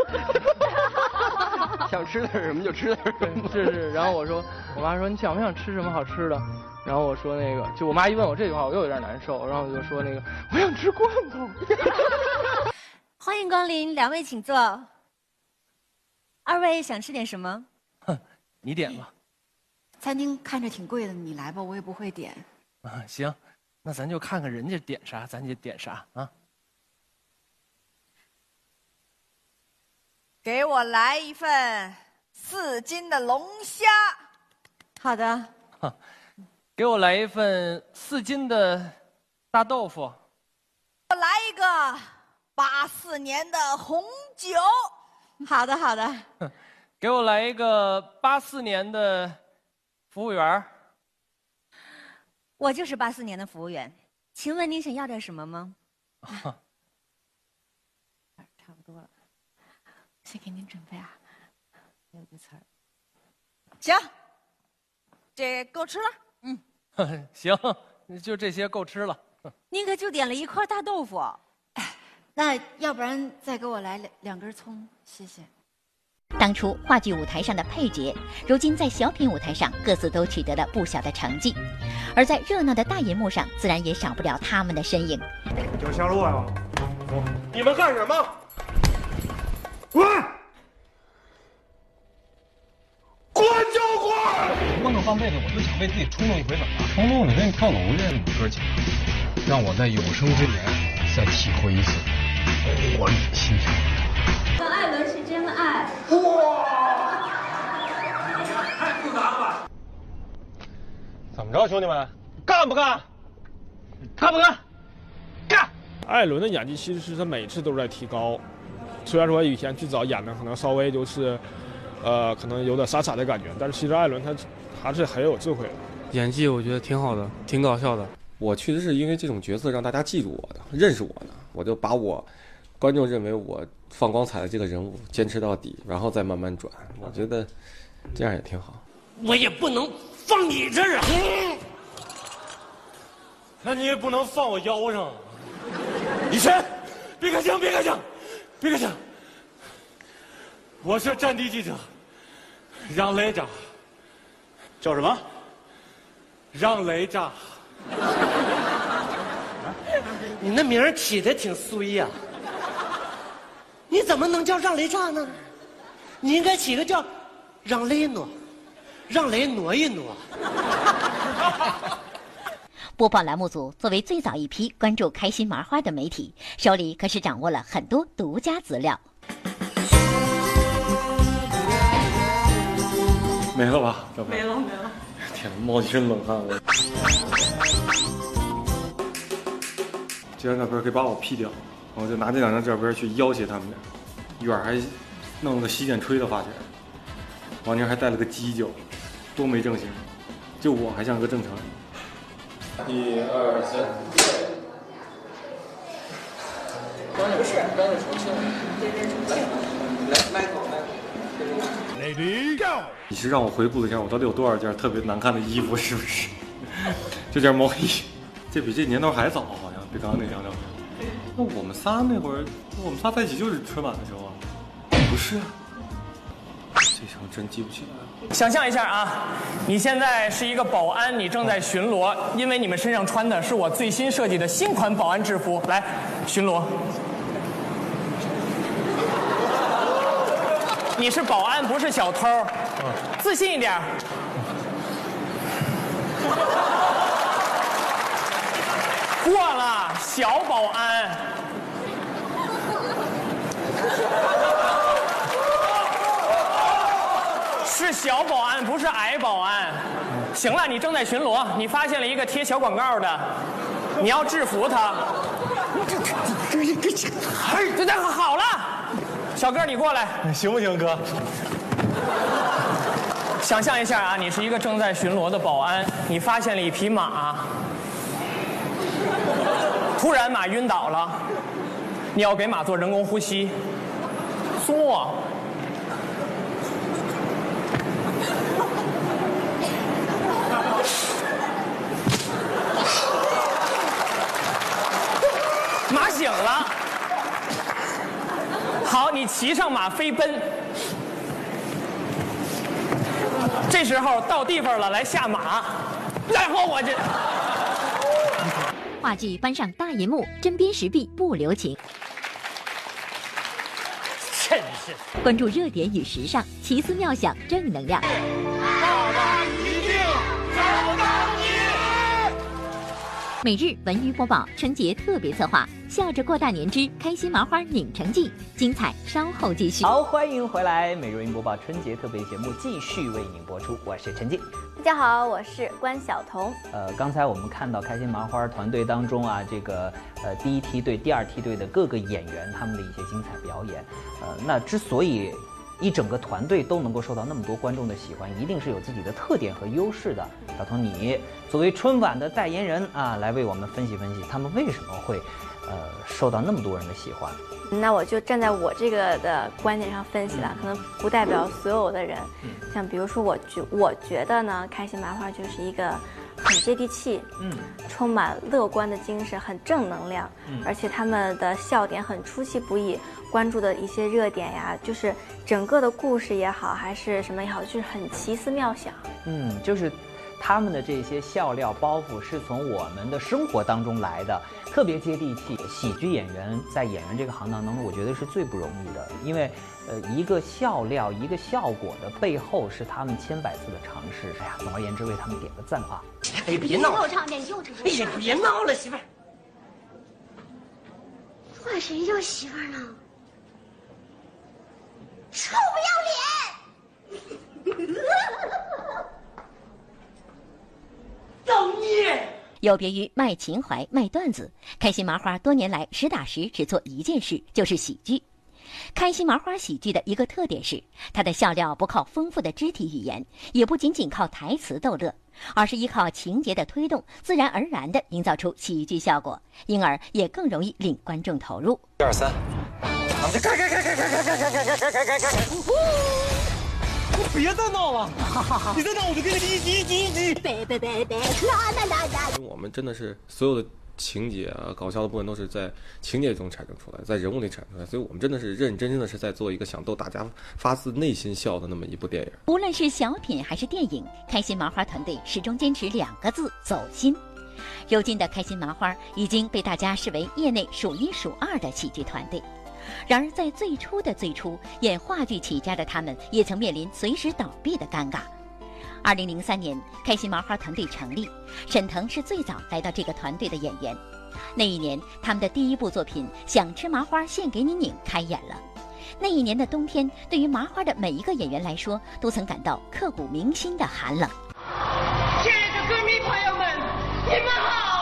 我想吃点什么就吃点什么， 是是。然后我说我妈说你想不想吃什么好吃的？然后我说那个就我妈一问我这句话我又有点难受，然后我就说那个我想吃罐头。 欢迎光临，两位请坐。二位想吃点什么？ 哼，你点吧。 餐厅看着挺贵的，你来吧，我也不会点。 啊，行，那咱就看看人家点啥，咱就点啥啊。 给我来一份四斤的龙虾。 好的。 给我来一份四斤的大豆腐。 我来一个八四年的红酒。 好的，好的。 给我来一个八四年的服务员。 我就是八四年的服务员，请问您想要点什么吗？啊、差不多了，先给您准备啊。有个词儿。 行，这够吃了。 嗯，行，就这些够吃了。 您可就点了一块大豆腐，那要不然再给我来两两根葱，谢谢。当初话剧舞台上的配角，如今在小品舞台上各自都取得了不小的成绩，而在热闹的大荧幕上，自然也少不了他们的身影。 叫下路啊！你们干什么？滚！滚就滚！ 混了半辈子，我就想为自己冲动一回，怎么了？冲动你跟你跳楼去，哥几个，让我在有生之年再体会一次火里的心跳。 跟艾伦是真爱。 哇！太复杂了吧？ 怎么着，兄弟们，干不干？干不干？干！ 艾伦的演技其实是他每次都是在提高，虽然说以前最早演的可能稍微就是，呃，可能有点傻傻的感觉，但是其实艾伦他还是很有智慧的。 演技我觉得挺好的，挺搞笑的。 我确实是因为这种角色让大家记住我的，认识我的，我就把我观众认为我放光彩的这个人物坚持到底，然后再慢慢转。我觉得这样也挺好。 我也不能放你这儿啊！ 那你也不能放我腰上。以琛，别开枪，别开枪，别开枪！我是战地记者，让雷炸。 叫什么？ 让雷炸。 你那名儿起的挺衰呀、啊，你怎么能叫让雷炸呢？你应该起个叫让雷挪，让雷挪一挪。 播报栏目组作为最早一批关注开心麻花的媒体，手里可是掌握了很多独家资料。 没了吧？ 没了没了。 天哪，冒一身冷汗了。这张照片可以把我 P 掉，我就拿这两张照片去要挟他们俩。远还弄了个洗剪吹的发型，王宁还带了个犄角，多没正形。就我还像个正常人。一二三。 不是，刚是重庆，这是重庆。来，麦口麦口。 Ready go！ 你是让我回顾一下我到底有多少件特别难看的衣服，是不是？这件毛衣，这比这年头还早，好像比刚刚那张照片。那我们仨那会儿，我们仨在一起就是春晚的时候啊？不是啊，这张真记不起来了。 想象一下啊，你现在是一个保安，你正在巡逻，因为你们身上穿的是我最新设计的新款保安制服，来巡逻。你是保安，不是小偷，自信一点。过了，小保安。是小保安，不是矮保安。行了，你正在巡逻，你发现了一个贴小广告的，你要制服他。这这好了，小哥你过来， 行不行，哥？ 想象一下啊，你是一个正在巡逻的保安，你发现了一匹马，突然马晕倒了，你要给马做人工呼吸，做。马醒了，好，你骑上马飞奔。这时候到地方了，来下马，然后我这。 话剧搬上大银幕，针砭时弊不留情。 真是关注热点与时尚，奇思妙想正能量。每日文娱播报春节特别策划，笑着过大年之开心麻花拧成记，精彩稍后继续。 好，欢迎回来，每日文娱播报春节特别节目继续为您播出，我是陈静。 大家好，我是关晓彤。 呃，刚才我们看到开心麻花团队当中啊，这个呃第一梯队、第二梯队的各个演员他们的一些精彩表演，呃，那之所以一整个团队都能够受到那么多观众的喜欢，一定是有自己的特点和优势的。小彤，你作为春晚的代言人啊，来为我们分析分析，他们为什么会呃受到那么多人的喜欢？ 那我就站在我这个的观点上分析了，可能不代表所有的人。像比如说我觉我觉得呢，开心麻花就是一个很接地气，嗯，充满乐观的精神，很正能量，嗯，而且他们的笑点很出其不意，关注的一些热点呀，就是整个的故事也好，还是什么也好，就是很奇思妙想。 嗯，就是他们的这些笑料包袱是从我们的生活当中来的，特别接地气。喜剧演员在演员这个行当当中，我觉得是最不容易的，因为呃，一个笑料、一个效果的背后是他们千百次的尝试。哎呀，总而言之，为他们点个赞啊！ 哎，别闹了，哎呀，别闹了，媳妇儿。换谁叫媳妇儿呢？臭不要脸！造孽！ 有别于卖情怀、卖段子，开心麻花多年来实打实只做一件事，就是喜剧。开心麻花喜剧的一个特点是，它的笑料不靠丰富的肢体语言，也不仅仅靠台词逗乐，而是依靠情节的推动，自然而然地营造出喜剧效果，因而也更容易令观众投入。 一二三， 开开开开开开开开开开开开开！你别再闹了！你再闹我就给你一击一击一击！ 别别别别！啦啦啦啦！ 我们真的是所有的情节啊，搞笑的部分都是在情节中产生出来，在人物里产生出来，所以我们真的是认认真真的是在做一个想逗大家发自内心笑的那么一部电影。 无论是小品还是电影，开心麻花团队始终坚持两个字：走心。如今的开心麻花已经被大家视为业内数一数二的喜剧团队。然而在最初的最初，演话剧起家的他们也曾面临随时倒闭的尴尬。二零零三年，开心麻花团队成立，沈腾是最早来到这个团队的演员。那一年，他们的第一部作品《想吃麻花献给你拧》开演了。那一年的冬天，对于麻花的每一个演员来说，都曾感到刻骨铭心的寒冷。 亲爱的歌迷朋友们，你们好！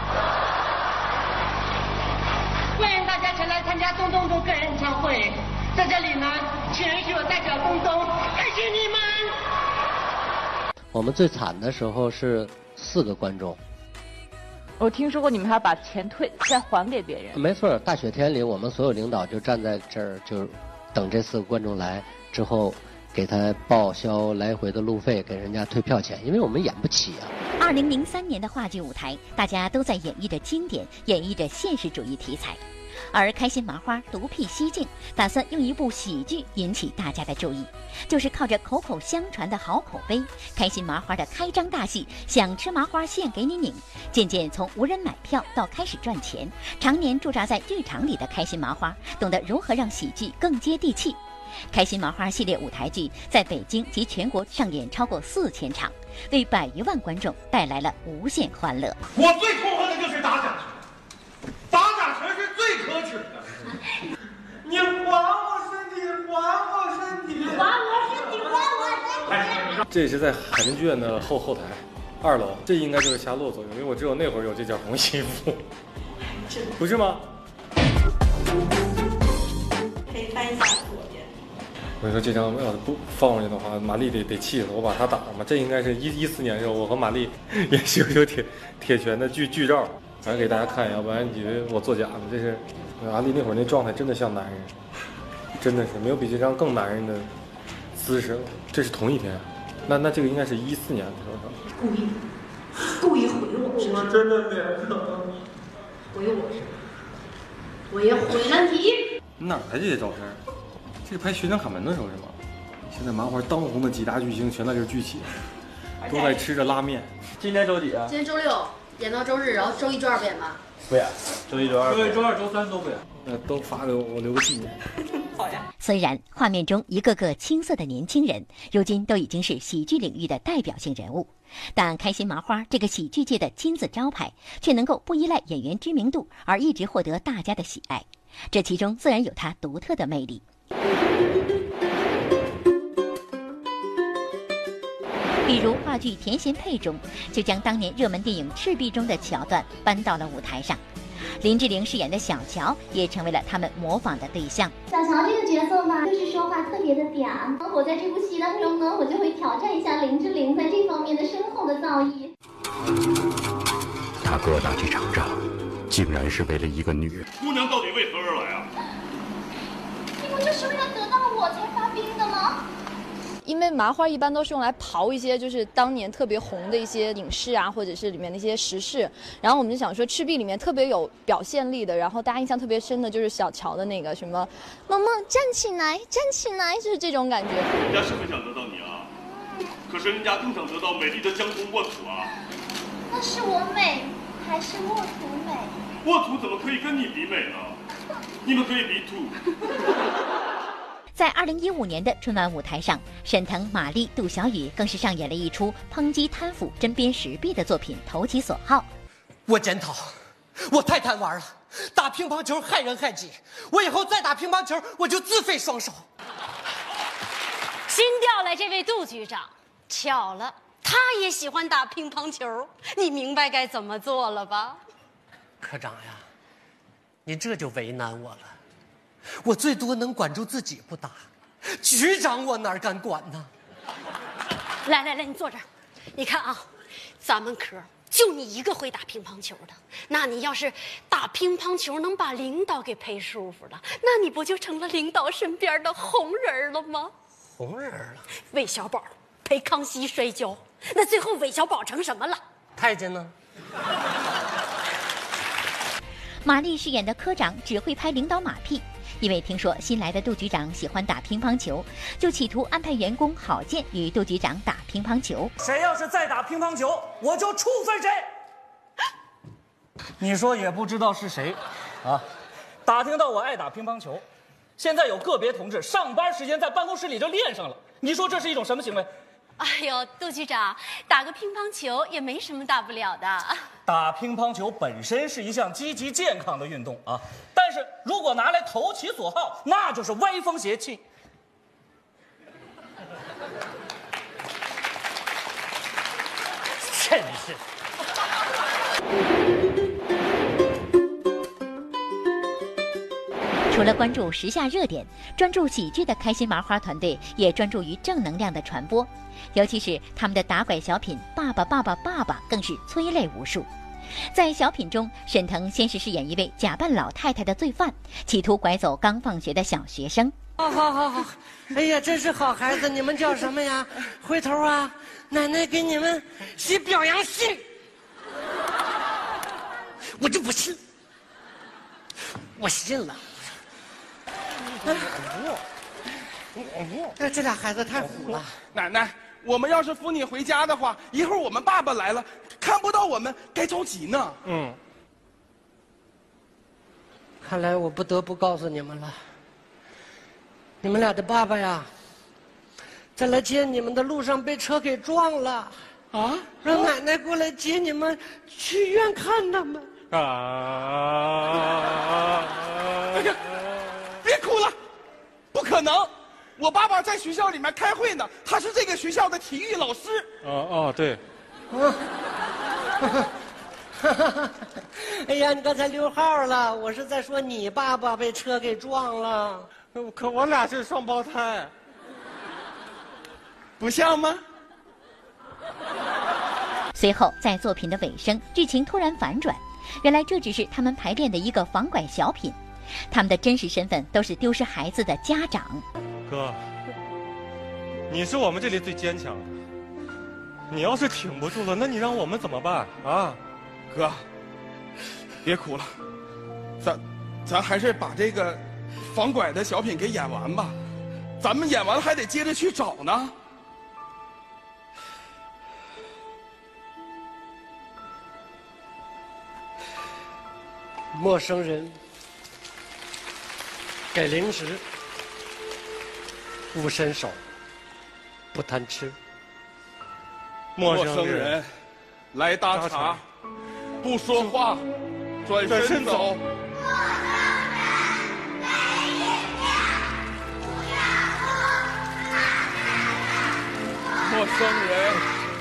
欢迎大家前来参加东东东个人演唱会。在这里呢，请允许我代表东东感谢你们。 我们最惨的时候是四个观众。 我听说过你们还要把钱退再还给别人。 没错，大雪天里我们所有领导就站在这儿，就等这四个观众来之后， 给他报销来回的路费，给人家退票钱，因为我们演不起啊。 二零零三年的话剧舞台，大家都在演绎着经典，演绎着现实主义题材。而开心麻花独辟蹊径，打算用一部喜剧引起大家的注意，就是靠着口口相传的好口碑，开心麻花的开张大戏“想吃麻花现给你拧”，渐渐从无人买票到开始赚钱。常年驻扎在剧场里的开心麻花，懂得如何让喜剧更接地气。开心麻花系列舞台剧在北京及全国上演超过四千场，为百余万观众带来了无限欢乐。 我最痛恨的就是打假拳，打假拳是最可耻的。你还我身体，还我身体，还我身体，还我身体。 这是在海淀剧院的后后台二楼，这应该就是夏洛作用，因为我只有那会儿有这件红衣服，不是吗？ 可以翻一下左边。 我跟你说，这张要是不放上去的话，玛丽得得气死我，把他打了嘛。这应该是一一四年的时候，我和玛丽演羞羞铁铁拳的剧剧照，反正给大家看，要不然以为我作假呢。这是阿丽那会儿那状态，真的像男人，真的是没有比这张更男人的姿势了。这是同一天，那那这个应该是一四年的时候。 故意故意毁我是不是？ 我真的脸疼。 毁我是？我也毁了你。 哪来这些照片？这是拍《学生卡门》的时候是吗？现在麻花当红的几大巨星全在这聚齐，都在吃着拉面。 今天周几啊？ 今天周六，演到周日，然后周一、周二不演吧？ 不演，周一、周二。 周一、周二、周三都不演。 那都发给我，我留个纪念。 好呀。 虽然画面中一个个青涩的年轻人，如今都已经是喜剧领域的代表性人物，但开心麻花这个喜剧界的金字招牌，却能够不依赖演员知名度而一直获得大家的喜爱，这其中自然有它独特的魅力。比如话剧《甜咸配》中，就将当年热门电影《赤壁》中的桥段搬到了舞台上。林志玲饰演的小乔也成为了他们模仿的对象。 小乔这个角色嘛，就是说话特别的嗲。我在这部戏当中呢，我就会挑战一下林志玲在这方面的深厚的造诣。 他哥打这场仗，竟然是为了一个女人。 姑娘到底为何而来啊？ 你不就是为了得到我才发兵的吗？ 因为麻花一般都是用来刨一些就是当年特别红的一些影视啊，或者是里面的一些时事，然后我们就想说赤壁里面特别有表现力的，然后大家印象特别深的就是小乔的那个什么萌萌站起来站起来，就是这种感觉。 人家是很想得到你啊，可是人家更想得到美丽的江东沃土啊。 那是我美还是沃土美？ 沃土怎么可以跟你比美呢？你们可以比土。 在二零一五年的春晚舞台上，沈腾、马丽、杜小雨更是上演了一出抨击贪腐、针砭时弊的作品，投其所好。 我检讨，我太贪玩了，打乒乓球害人害己。我以后再打乒乓球，我就自废双手。 新调来这位杜局长，巧了，他也喜欢打乒乓球，你明白该怎么做了吧？ 科长呀，您这就为难我了。我最多能管住自己不打，局长我哪敢管呢？ 来来来，你坐这儿，你看啊，咱们科就你一个会打乒乓球的，那你要是打乒乓球能把领导给陪舒服了，那你不就成了领导身边的红人了吗？ 红人了？ 韦小宝陪康熙摔跤，那最后韦小宝成什么了？ 太监呢？ 马丽饰演的科长只会拍领导马屁。因为听说新来的杜局长喜欢打乒乓球，就企图安排员工郝建与杜局长打乒乓球。 谁要是再打乒乓球，我就处分谁。你说也不知道是谁，啊，打听到我爱打乒乓球，现在有个别同志上班时间在办公室里就练上了。你说这是一种什么行为？ 哎呦，杜局长，打个乒乓球也没什么大不了的。 打乒乓球本身是一项积极健康的运动啊，但是如果拿来投其所好，那就是歪风邪气。 真是。 除了关注时下热点，专注喜剧的开心麻花团队也专注于正能量的传播，尤其是他们的打拐小品《爸爸爸爸爸爸》更是催泪无数。在小品中，沈腾先是饰演一位假扮老太太的罪犯，企图拐走刚放学的小学生。 好好好好，哎呀，真是好孩子！你们叫什么呀？回头啊，奶奶给你们写表扬信。我就不信，我信了。哎，这俩孩子太虎了。 奶奶，我们要是扶你回家的话，一会儿我们爸爸来了，看不到我们，该着急呢。 嗯。看来我不得不告诉你们了。你们俩的爸爸呀，在来接你们的路上被车给撞了。啊！让奶奶过来接你们去医院看他们。 啊！哎呀，别哭了，不可能！我爸爸在学校里面开会呢，他是这个学校的体育老师。 哦哦，对。 啊！哎呀，你刚才溜号了，我是在说你爸爸被车给撞了。 可我俩是双胞胎， 不像吗？ 随后，在作品的尾声，剧情突然反转，原来这只是他们排练的一个防拐小品，他们的真实身份都是丢失孩子的家长。 哥，你是我们这里最坚强的，你要是挺不住了，那你让我们怎么办啊？ 哥，别哭了，咱咱还是把这个防拐的小品给演完吧，咱们演完了还得接着去找呢。 陌生人给零食，不伸手，不贪吃。 陌生人来搭茬，不说话，转身走。陌生人。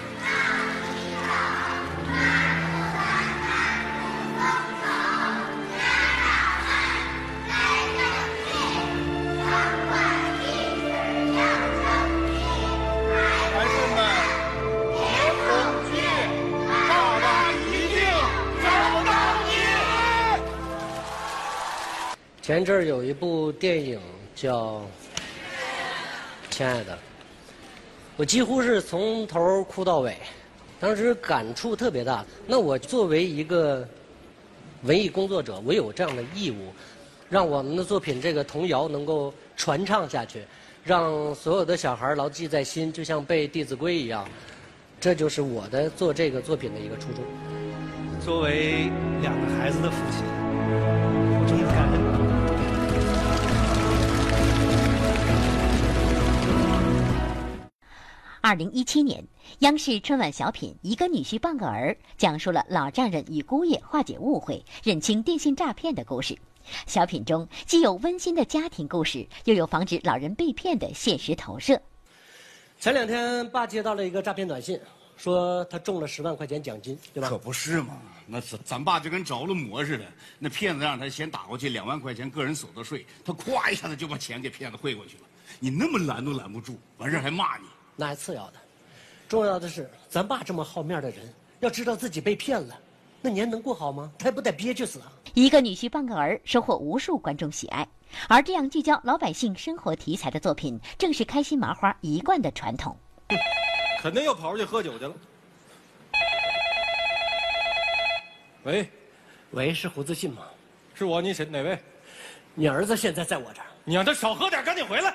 前阵儿有一部电影叫《亲爱的》，我几乎是从头哭到尾，当时感触特别大。那我作为一个文艺工作者，我有这样的义务，让我们的作品这个童谣能够传唱下去，让所有的小孩牢记在心，就像背《弟子规》一样。这就是我的做这个作品的一个初衷。 作为两个孩子的父亲，我终于感恩。 二零一七年，央视春晚小品《一个女婿半个儿》讲述了老丈人与姑爷化解误会、认清电信诈骗的故事。小品中既有温馨的家庭故事，又有防止老人被骗的现实投射。 前两天爸接到了一个诈骗短信，说他中了十万块钱奖金，对吧？ 可不是嘛，那咱咱爸就跟着了魔似的，那骗子让他先打过去两万块钱个人所得税，他咵一下子就把钱给骗子汇过去了。你那么拦都拦不住，完事还骂你。 那还次要的，重要的是，咱爸这么好面的人，要知道自己被骗了，那年能过好吗？他还不得憋屈死啊！ 一个女婿半个儿收获无数观众喜爱，而这样聚焦老百姓生活题材的作品，正是开心麻花一贯的传统。 肯定又跑出去喝酒去了。喂， 喂，是胡自信吗？ 是我，你是哪位？ 你儿子现在在我这儿。 你让他少喝点，赶紧回来。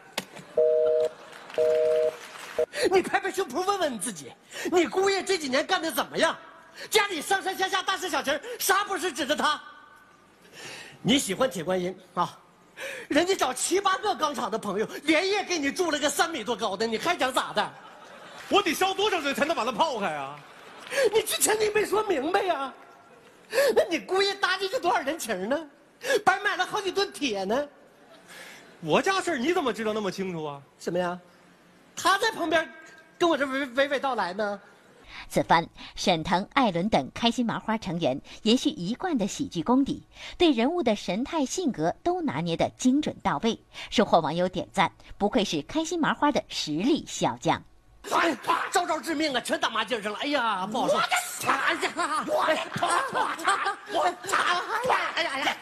你拍拍胸脯问问你自己，你姑爷这几年干的怎么样？家里上上下下大事小情，啥不是指着他？你喜欢铁观音啊？人家找七八个钢厂的朋友，连夜给你筑了个三米多高的，你还想咋的？ 我得烧多少水才能把它泡开啊？ 你之前你没说明白呀？那你姑爷搭进去多少人情呢？白买了好几吨铁呢。 我家事儿你怎么知道那么清楚啊？ 什么呀？他在旁边跟我这娓娓娓道来呢。 此番，沈腾、艾伦等开心麻花成员延续一贯的喜剧功底，对人物的神态、性格都拿捏得精准到位，收获网友点赞。不愧是开心麻花的实力小将。 哎，招招致命啊，全打麻筋上了。哎呀，不好说。 擦一下，我擦，我擦，哎呀呀，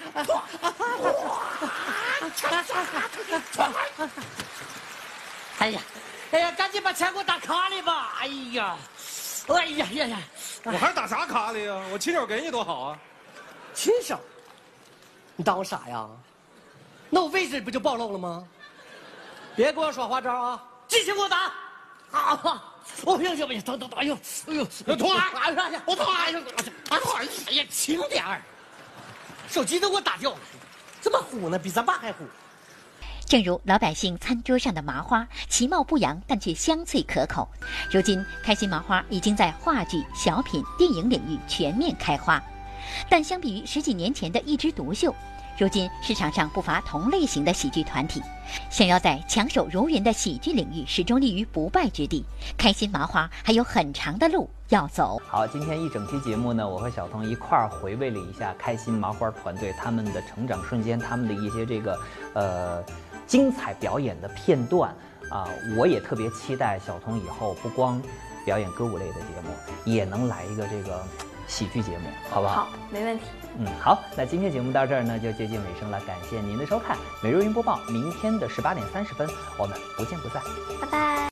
哎呀，哎呀，赶紧把钱给我打卡里吧！哎呀，哎呀呀呀， 我还打啥卡里呀？我亲手给你多好啊！ 亲手？你当我傻呀？那我位置不就暴露了吗？别给我耍花招啊！继续给我打！啊！我不行不行，等等等，哎呦哎呦，我痛啊！哎呀，我痛啊！哎呀，哎呀，轻点儿，手机都给我打掉了，这么虎呢，比咱爸还虎。 正如老百姓餐桌上的麻花，其貌不扬，但却香脆可口。如今，开心麻花已经在话剧、小品、电影领域全面开花。但相比于十几年前的一枝独秀，如今市场上不乏同类型的喜剧团体，想要在强手如云的喜剧领域始终立于不败之地，开心麻花还有很长的路要走。 好，今天一整期节目呢，我和小彤一块儿回味了一下开心麻花团队他们的成长瞬间，他们的一些这个呃精彩表演的片段啊、呃，我也特别期待小彤以后不光表演歌舞类的节目，也能来一个这个喜剧节目，好不好？ 好，没问题。 嗯，好，那今天节目到这儿呢，就接近尾声了。感谢您的收看，每日云播报，明天的十八点三十分，我们不见不散， 拜拜。